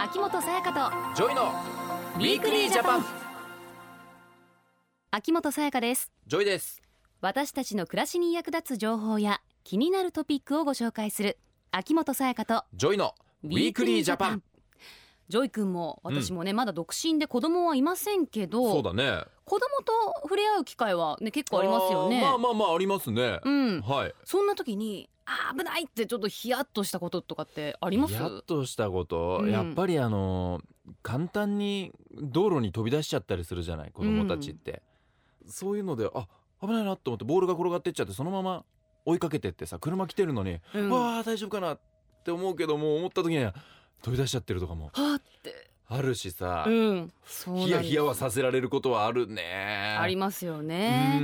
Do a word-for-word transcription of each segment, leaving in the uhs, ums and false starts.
秋元才加とジョイのウィークリージャパン。 秋元才加です。 ジョイです。 私たちの暮らしに役立つ情報や気になるトピックをご紹介する秋元才加とジョイのウィークリージャパン。 ジョイ君も私もね、うん、まだ独身で子供はいませんけど、 そうだね、 子供と触れ合う機会は、ね、結構ありますよね。 あまあまあまあありますね、 うんはい、 そんな時にあ危ないってちょっとヒヤッとしたこととかってあります？ ヒヤッとしたこと、うん、やっぱりあの簡単に道路に飛び出しちゃったりするじゃない子供たちって、うん、そういうのであ危ないなと思ってボールが転がってっちゃってそのまま追いかけてってさ車来てるのに、うん、わあ大丈夫かなって思うけども思った時には飛び出しちゃってるとかもはってあるしさ、 うん、そうなんです。 ヒヤヒヤはさせられることはあるね。 ありますよね、うん、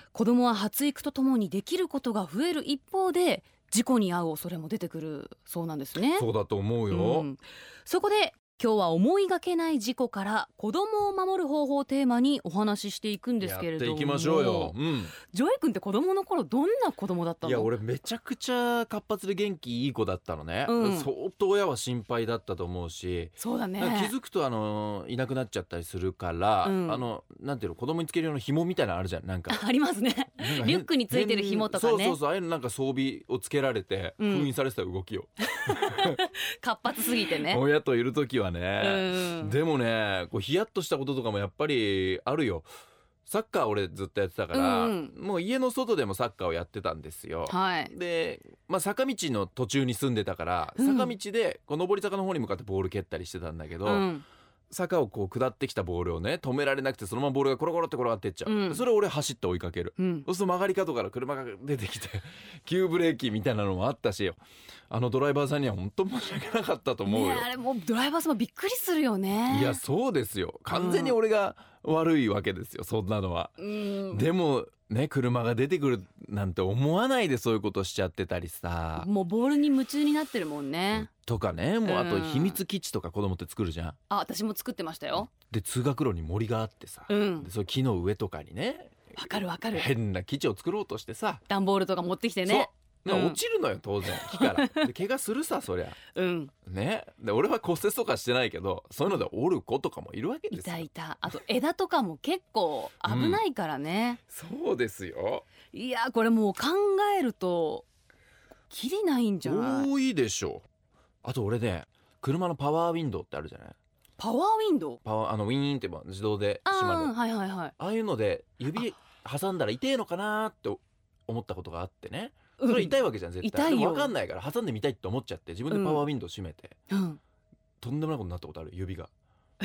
子供は発育とともにできることが増える一方で事故に遭う恐れも出てくるそうなんですね。 そうだと思うよ、うん、 そこで今日は思いがけない事故から子供を守る方法をテーマにお話ししていくんですけれども、 やっていきましょうよ、うん、 ジョイ君って子供の頃どんな子供だったの？ いや俺めちゃくちゃ活発で元気いい子だったのね、うん、相当親は心配だったと思うし、 そうだね、 気づくとあのいなくなっちゃったりするから、うん、あのなんていうの子供につけるような紐みたいなのあるじゃん、なんかありますねリュックについてる紐とかね、 そうそうそう、ああいうのなんか装備をつけられて、うん、封印されてた動きを活発すぎてね親といる時はね、 うん、 でもねこうヒヤッとしたこととかもやっぱりあるよ。サッカー俺ずっとやってたから、うんうん、もう家の外でもサッカーをやってたんですよ、 はい、 で、まあ、坂道の途中に住んでたから、うん、坂道でこう上り坂の方に向かってボール蹴ったりしてたんだけど、うん、坂をこう下ってきたボールをね止められなくてそのままボールがコロコロって転がってっちゃう、うん、それを俺走って追いかける、うん、そうすると曲がり角から車が出てきて急ブレーキみたいなのもあったし、あのドライバーさんには本当申し訳なかったと思うよ、 ね、あれもうドライバーさんもびっくりするよね。 いやそうですよ、完全に俺が悪いわけですよ、そんなのは、うん、でもね車が出てくるなんて思わないでそういうことしちゃってたりさ、 もうボールに夢中になってるもんね、 とかね、もうあと秘密基地とか子供って作るじゃん、 あ私も作ってましたよ。で通学路に森があってさ、うん、でその木の上とかにねわかるわかる変な基地を作ろうとしてさ段ボールとか持ってきてね、 そう、うん、落ちるのよ当然木からで怪我するさそりゃ、 うんね、で俺は骨折とかしてないけどそういうので折る子とかもいるわけですよ。 いたいた。あと枝とかも結構危ないからね、 うん、そうですよ。 いやこれもう考えるとキリないんじゃない？ 多いでしょ。あと俺ね車のパワーウィンドウってあるじゃない。 パワーウィンドウ、 パワーあのウィーンって自動で閉まる、 あ、はいはいはい、 ああいうので指挟んだら痛えのかなって思ったことがあってね、それ痛いわけじゃん絶対、うん、痛いよ。でも分かんないから挟んでみたいって思っちゃって自分でパワーウィンドウ閉めて、うん、とんでもないことになったことある指が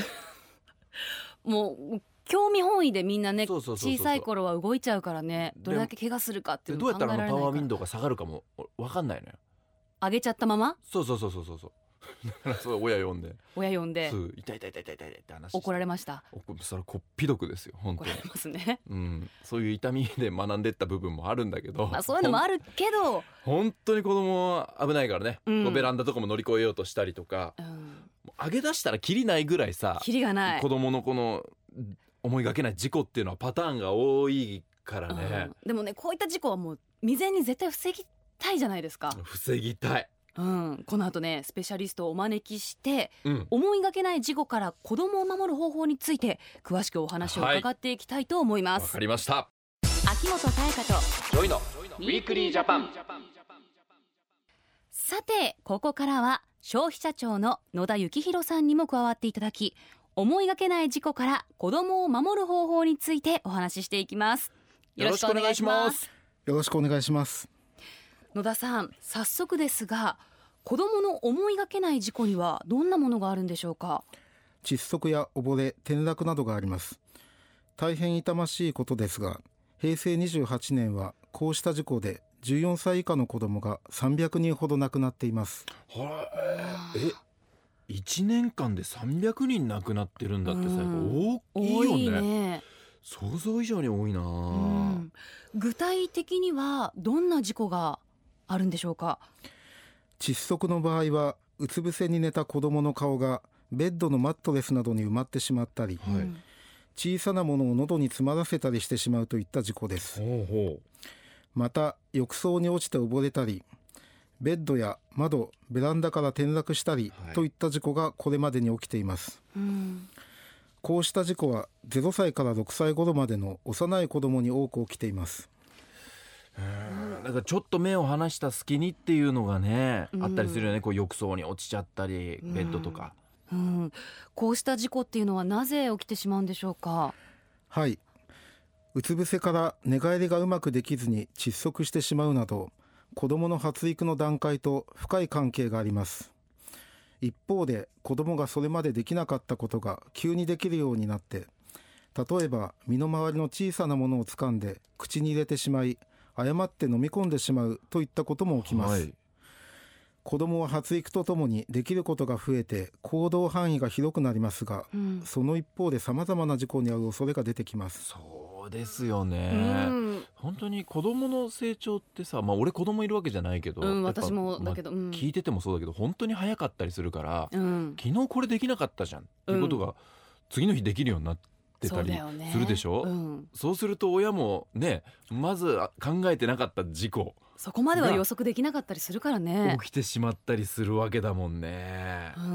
もう興味本位でみんなね小さい頃は動いちゃうからね、どれだけ怪我するかっていうの考えられないから。 どうやったらあのパワーウィンドウが下がるかも分かんないのよ。 上げちゃったまま。 そうそうそうそうそうそうだからそう親呼んで親呼んで痛い痛い痛い痛い痛いって話して、 怒られました。 それこっぴどくですよ本当に。 怒られますね、 うん、そういう痛みで学んでった部分もあるんだけど、 まあ、そういうのもあるけど本当に子供は危ないからね、うん、ベランダとかも乗り越えようとしたりとか、うん、上げ出したらキリないぐらいさ、 キリがない子供のこの思いがけない事故っていうのはパターンが多いからね、 うん、でもねこういった事故はもう未然に絶対防ぎたいじゃないですか。 防ぎたい、 うん、この後ねスペシャリストをお招きして、 うん、 思いがけない事故から子供を守る方法について詳しくお話を伺っていきたいと思います。 わかりました。 秋元才加とジョイのウィークリージャパン。 さてここからは消費者庁の野田幸宏さんにも加わっていただき、思いがけない事故から子供を守る方法についてお話ししていきます。よろしくお願いします。 よろしくお願いします。 野田さん、早速ですが子どもの思いがけない事故にはどんなものがあるんでしょうか？ 窒息や溺れ、転落などがあります。大変痛ましいことですが、へいせいにじゅうはちねんはこうした事故でじゅうよんさい以下の子どもがさんびゃくにんほど亡くなっています。 はえいちねんかんでさんびゃくにん亡くなってるんだってさ、大きいよね。 多いね。 想像以上に多いな、うん、 具体的にはどんな事故があるんでしょうか？ 窒息の場合はうつ伏せに寝た子どもの顔がベッドのマットレスなどに埋まってしまったり、はい、小さなものを喉に詰まらせたりしてしまうといった事故です。 ほうほう。 また浴槽に落ちて溺れたりベッドや窓、ベランダから転落したりといった事故がこれまでに起きています、うん、こうした事故はゼロさいからろくさい頃までの幼い子どもに多く起きています。 うん、だからちょっと目を離した隙にっていうのがね、うん、あったりするよね。こう浴槽に落ちちゃったりベッドとか、 うんうん、こうした事故っていうのはなぜ起きてしまうんでしょうか。 はい、うつ伏せから寝返りがうまくできずに窒息してしまうなど、子どもの発育の段階と深い関係があります。一方で子どもがそれまでできなかったことが急にできるようになって、例えば身の回りの小さなものを掴んで口に入れてしまい、誤って飲み込んでしまうといったことも起きます、はい、子どもは発育とともにできることが増えて行動範囲が広くなりますが、うん、その一方で様々な事故に遭う恐れが出てきます。 そうですよね、うん、本当に子どもの成長ってさ、まあ、俺子どもいるわけじゃないけど、 うん、私もだけど、 まあ、聞いててもそうだけど本当に早かったりするから、うん、昨日これできなかったじゃんっていうことが、次の日できるようになって出たりするでしょ。 そうだよね、うん、そうすると親もね、まず考えてなかった事故、 そこまでは予測できなかったりするからね、 起きてしまったりするわけだもんね、 うん、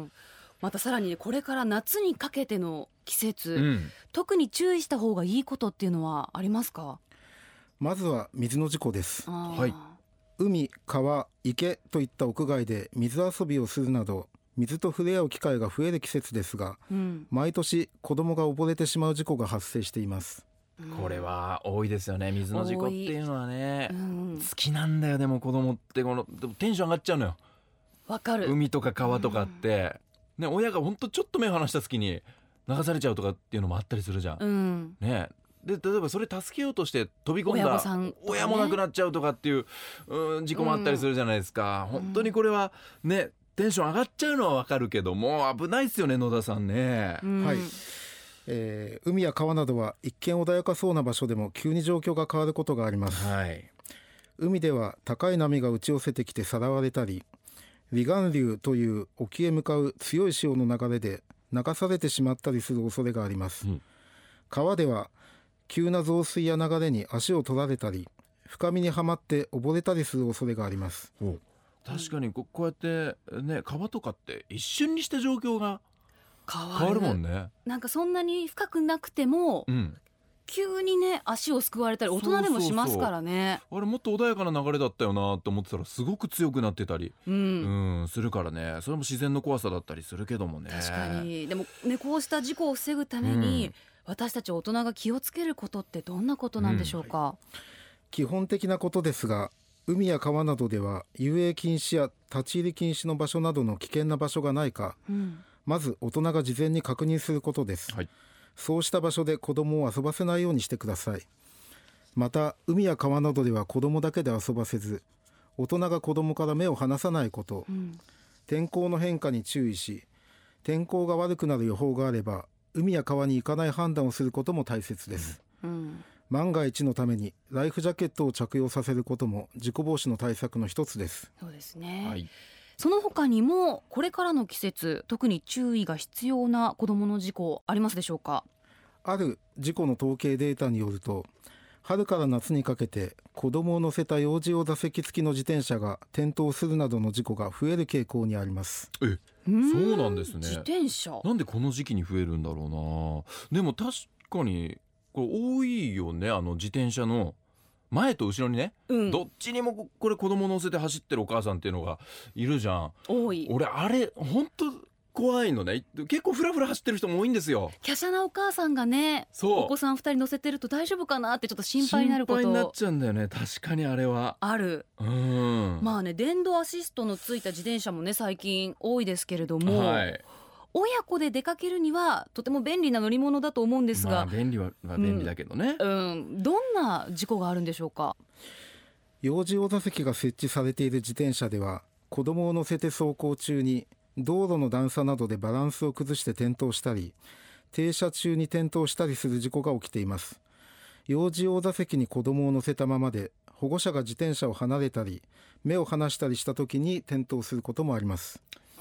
またさらにこれから夏にかけての季節、うん、特に注意した方がいいことっていうのはありますか。 まずは水の事故です。はい、海、川、池といった屋外で水遊びをするなど水と触れ合う機会が増える季節ですが、うん、毎年子どもが溺れてしまう事故が発生しています、 うん、これは多いですよね。水の事故っていうのはね、うん、好きなんだよ。でも子どもってこのテンション上がっちゃうのよ。 わかる。 海とか川とかって、うんね、親がほんとちょっと目を離した隙に流されちゃうとかっていうのもあったりするじゃん、うんね、で例えばそれ助けようとして飛び込んだ 親,、ね、親も亡くなっちゃうとかっていう、うん、事故もあったりするじゃないですか、うん、本当にこれはねテンション上がっちゃうのはわかるけども危ないですよね、野田さんね、 うん、はい、えー、海や川などは一見穏やかそうな場所でも急に状況が変わることがあります、はい、海では高い波が打ち寄せてきてさらわれたり、離岸流という沖へ向かう強い潮の流れで流されてしまったりする恐れがあります、うん、川では急な増水や流れに足を取られたり深みにはまって溺れたりする恐れがあります。 お確かに こ, こうやってね川とかって一瞬にして状況が変わるもんね。 なんかそんなに深くなくても、うん、急にね足をすくわれたり大人でもしますからね。 そうそうそう、あれもっと穏やかな流れだったよなと思ってたらすごく強くなってたり、うんうん、するからね。それも自然の怖さだったりするけどもね。 確かに。でもねこうした事故を防ぐために、うん、私たち大人が気をつけることってどんなことなんでしょうか。うんはい、 基本的なことですが、海や川などでは遊泳禁止や立ち入り禁止の場所などの危険な場所がないか、うん、まず大人が事前に確認することです、はい、そうした場所で子どもを遊ばせないようにしてください。また海や川などでは子どもだけで遊ばせず大人が子どもから目を離さないこと、うん、天候の変化に注意し天候が悪くなる予報があれば海や川に行かない判断をすることも大切です、うんうん万が一のためにライフジャケットを着用させることも事故防止の対策の一つです。 そうですね、はい、その他にもこれからの季節特に注意が必要な子どもの事故ありますでしょうか。 ある事故の統計データによると春から夏にかけて子どもを乗せた幼児用座席付きの自転車が転倒するなどの事故が増える傾向にあります。 えそうなんですね。 自転車なんでこの時期に増えるんだろうな。でも確かにこれ多いよね。あの自転車の前と後ろにね、うん、どっちにもこれ子供乗せて走ってるお母さんっていうのがいるじゃん。 多い。 俺あれ本当怖いのね。結構フラフラ走ってる人も多いんですよ。 華奢なお母さんがねお子さんふたり乗せてると大丈夫かなってちょっと心配になること心配になっちゃうんだよね。確かにあれはある。うんまあね電動アシストのついた自転車もね最近多いですけれども、はい親子で出かけるにはとても便利な乗り物だと思うんですが、まあ、便利は便利だけどね、 うんうん、どんな事故があるんでしょうか。 幼児用座席が設置されている自転車では子供を乗せて走行中に道路の段差などでバランスを崩して転倒したり停車中に転倒したりする事故が起きています。幼児用座席に子供を乗せたままで保護者が自転車を離れたり目を離したりした時に転倒することもあります。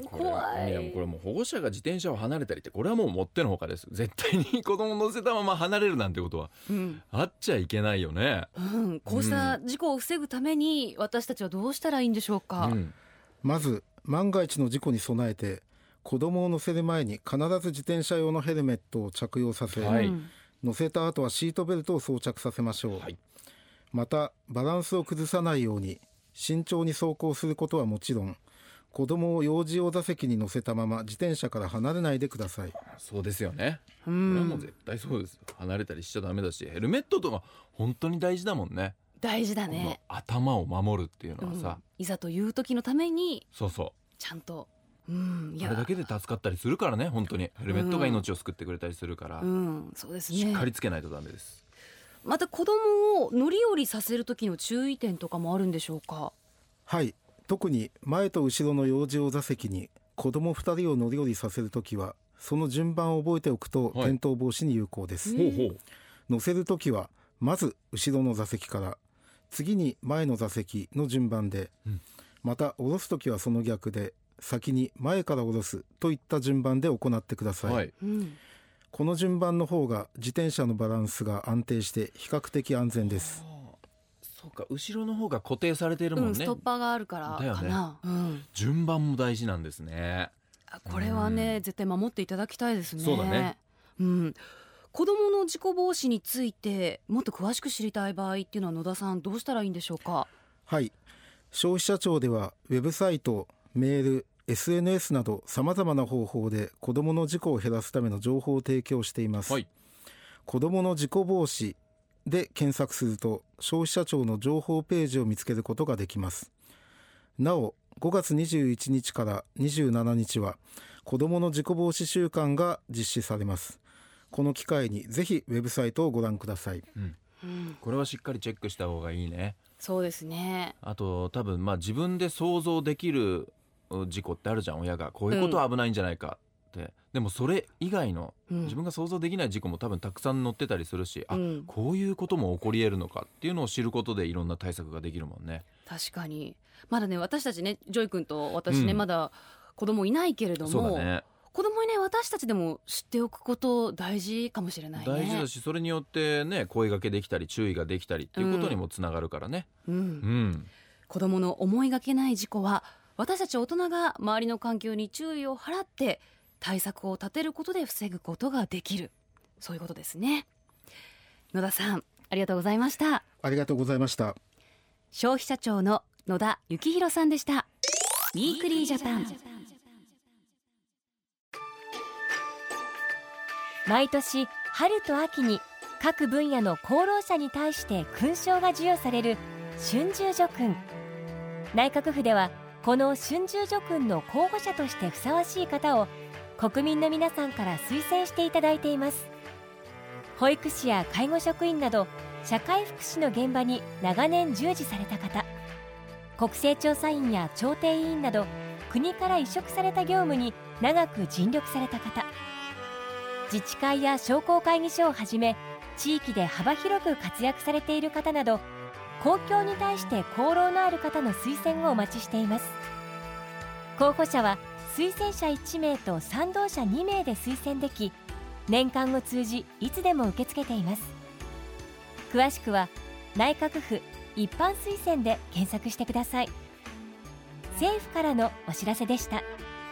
怖い。 いやこれもう保護者が自転車を離れたりってこれはもうもってのほかです。絶対に子供乗せたまま離れるなんてことはあっちゃいけないよね、 うん、こうした事故を防ぐために私たちはどうしたらいいんでしょうか。うん、 まず万が一の事故に備えて子供を乗せる前に必ず自転車用のヘルメットを着用させ、はい、乗せた後はシートベルトを装着させましょう、はい、またバランスを崩さないように慎重に走行することはもちろん子供を幼児用座席に乗せたまま自転車から離れないでください。 そうですよね、うん、これはもう絶対そうです。離れたりしちゃダメだしヘルメットとか本当に大事だもんね。 大事だね。 頭を守るっていうのはさ、うん、 いざという時のためにそうそうちゃんとうん、いやあれだけで助かったりするからね。本当にヘルメットが命を救ってくれたりするから、うんうん、そうですね、しっかりつけないとダメです。 また子供を乗り降りさせる時の注意点とかもあるんでしょうか。 はい、特に前と後ろの幼児用座席に子供ふたりを乗り降りさせるときはその順番を覚えておくと転倒防止に有効です、はい、乗せるときはまず後ろの座席から次に前の座席の順番で、うん、また降ろすときはその逆で先に前から下ろすといった順番で行ってください、はいうん、この順番の方が自転車のバランスが安定して比較的安全です。 そうか、後ろの方が固定されているもんね、うん、 ストッパーがあるからかな、だよね、うん、 順番も大事なんですね。 これはね、うん、絶対守っていただきたいですね。 そうだね、 うん、子どもの事故防止についてもっと詳しく知りたい場合っていうのは野田さんどうしたらいいんでしょうか。 はい、消費者庁ではウェブサイト、メール、エスエヌエス などさまざまな方法で子どもの事故を減らすための情報を提供しています、はい、子どもの事故防止で検索すると消費者庁の情報ページを見つけることができます。なおごがつにじゅういちにちからにじゅうしちにちは子どもの事故防止週間が実施されます。この機会にぜひウェブサイトをご覧ください、うんうん、これはしっかりチェックした方がいいね。 そうですね。 あと多分まあ自分で想像できる事故ってあるじゃん。親がこういうことは危ないんじゃないかって、うん、でもそれ以外の自分が想像できない事故も多分たくさん載ってたりするし、うん、あこういうことも起こり得るのかっていうのを知ることでいろんな対策ができるもんね。 確かにまだね私たちねジョイ君と私ね、うん、まだ子供いないけれども、 そうだね、 子供いない私たちでも知っておくこと大事かもしれないね。 大事だしそれによってね声掛けできたり注意ができたりっていうことにもつながるからね、うんうんうん、 子供の思いがけない事故は私たち大人が周りの環境に注意を払って対策を立てることで防ぐことができる、そういうことですね。野田さんありがとうございました。 ありがとうございました。 消費者庁の野田幸宏さんでした。ウィークリージャパン。 毎年春と秋に各分野の功労者に対して勲章が授与される春秋叙勲。内閣府ではこの春秋叙勲の候補者としてふさわしい方を国民の皆さんから推薦していただいています。保育士や介護職員など社会福祉の現場に長年従事された方、国勢調査員や調停委員など国から委嘱された業務に長く尽力された方、自治会や商工会議所をはじめ地域で幅広く活躍されている方など公共に対して功労のある方の推薦をお待ちしています。候補者は推薦者いちめいと賛同者にめいで推薦でき、年間を通じいつでも受け付けています。詳しくは内閣府一般推薦で検索してください。政府からのお知らせでした。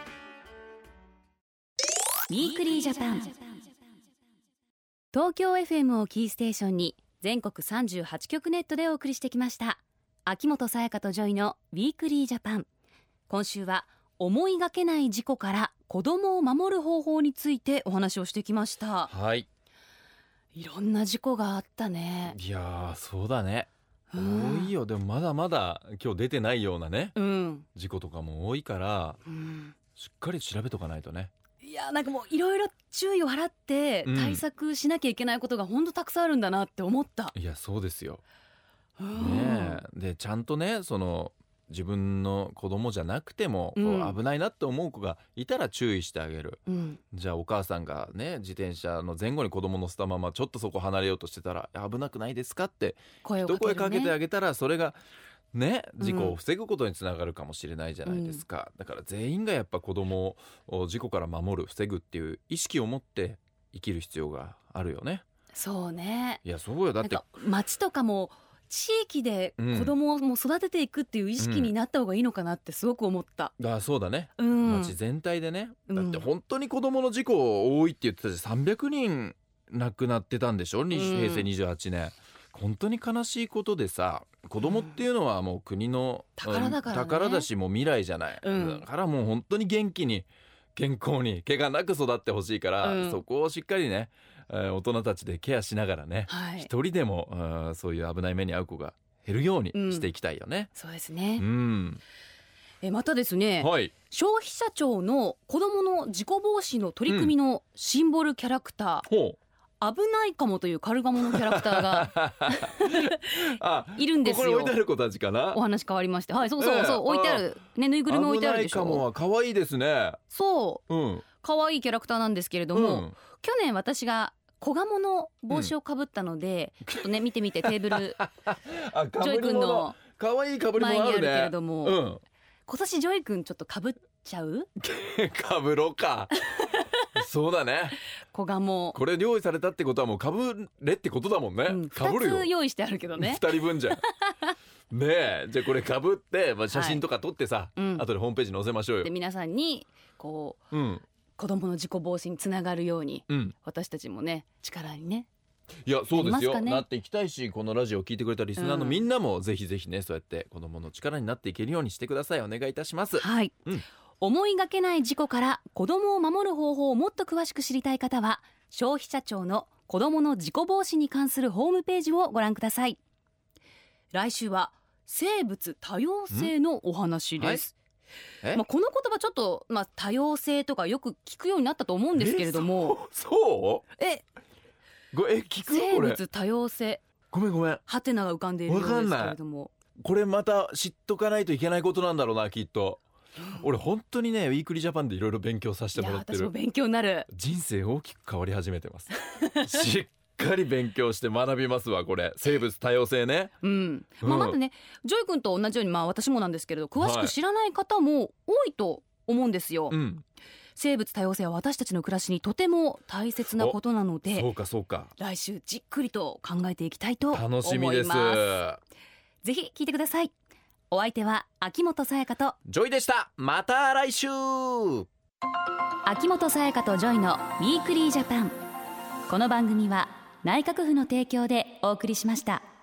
ウィークリージャパン。東京 エフエム をキーステーションに全国さんじゅうはちきょくネットでお送りしてきました秋元才加とジョイのウィークリージャパン。今週は思いがけない事故から子供を守る方法についてお話をしてきました。 はい、 いろんな事故があったね。 いやそうだね、多いよ。でもまだまだ今日出てないようなね、うん、事故とかも多いから、うん、しっかり調べとかないとね。 いやなんかもういろいろ注意を払って対策しなきゃいけないことが本当たくさんあるんだなって思った、 うん、いやそうですよ、ね、でちゃんとねその自分の子供じゃなくてもこう危ないなって思う子がいたら注意してあげる、うん、じゃあお母さんがね自転車の前後に子供乗せたままちょっとそこ離れようとしてたら危なくないですかって声をかけるね、一声かけてあげたらそれがね、事故を防ぐことにつながるかもしれないじゃないですか、うん、だから全員がやっぱ子供を事故から守る、防ぐっていう意識を持って生きる必要があるよね。 そうね。 いやそうよ。だって町とかも地域で子供をも育てていくっていう意識になった方がいいのかなってすごく思った、 うん、あそうだね、 うん、 町全体でね。だって本当に子供の事故多いって言ってたし、さんびゃくにん亡くなってたんでしょ、うん、へいせいにじゅうはちねん。本当に悲しいことでさ、子供っていうのはもう国の、 うん、宝だからね、 宝だしもう未来じゃない、うん、だからもう本当に元気に健康に怪我なく育ってほしいから、うん、そこをしっかりね、えー、大人たちでケアしながらね、はい、一人でも、うん、そういう危ない目に遭う子が減るようにしていきたいよね、 うん、そうですね、 うん、 えまたですね、 はい、 消費者庁の子どもの事故防止の取り組みのシンボルキャラクター、うん、危ないかもというカルガモのキャラクターがあいるんですよ。 ここに置いてある子たちかな。 お話変わりまして、はい、そうそうそう、えー、置いてあるね、ぬいぐるみ置いてあるでしょ。 危ないかもは可愛いですね。 そう、うん、可愛いキャラクターなんですけれども、うん、去年私が子ガモの帽子をかぶったので、うん、ちょっとね見てみて、テーブルあジョイ君の可愛いかぶりもあるね。 前にあるけれども、 うん、 今年ジョイ君ちょっとかぶっちゃうかぶろうかそうだね。 子ガモこれ用意されたってことはもうかぶれってことだもんね、うん、かぶるよ。 ふたつ用意してあるけどね、 ふたりぶんじゃんねえ、じゃあこれかぶって、まあ、写真とか撮ってさ、はい、うん、後でホームページに載せましょうよ。 で皆さんにこう、うん、子供の事故防止につながるように、うん、私たちもね力にね、 いやそうですよ、な、ね、なっていきたいし、このラジオを聞いてくれたリスナーのみんなもぜひぜひね、そうやって子供の力になっていけるようにしてください。お願いいたします。 はい、うん、思いがけない事故から子供を守る方法をもっと詳しく知りたい方は、消費者庁の子供の事故防止に関するホームページをご覧ください。来週は生物多様性のお話です、はい、まあ、この言葉ちょっと、まあ、多様性とかよく聞くようになったと思うんですけれども、 えそうえごえ聞く生物多様性、 ごめんごめん、 ハテナが浮かんでいるようですけれども、 これまた知っとかないといけないことなんだろうな、きっと。俺本当にね、ウィークリージャパンでいろいろ勉強させてもらってる。 いや私も勉強になる。 人生大きく変わり始めてますしっかり勉強して学びますわ。これ生物多様性ね、 うん、まあ、まだね、ジョイ君と同じように、まあ、私もなんですけれど詳しく知らない方も多いと思うんですよ、はい、うん、生物多様性は私たちの暮らしにとても大切なことなので、 そうかそうか、 来週じっくりと考えていきたいと思います。 楽しみです。 ぜひ聞いてください。お相手は秋元才加とジョイでした。また来週。 秋元才加とジョイのウィークリージャパン。この番組は内閣府の提供でお送りしました。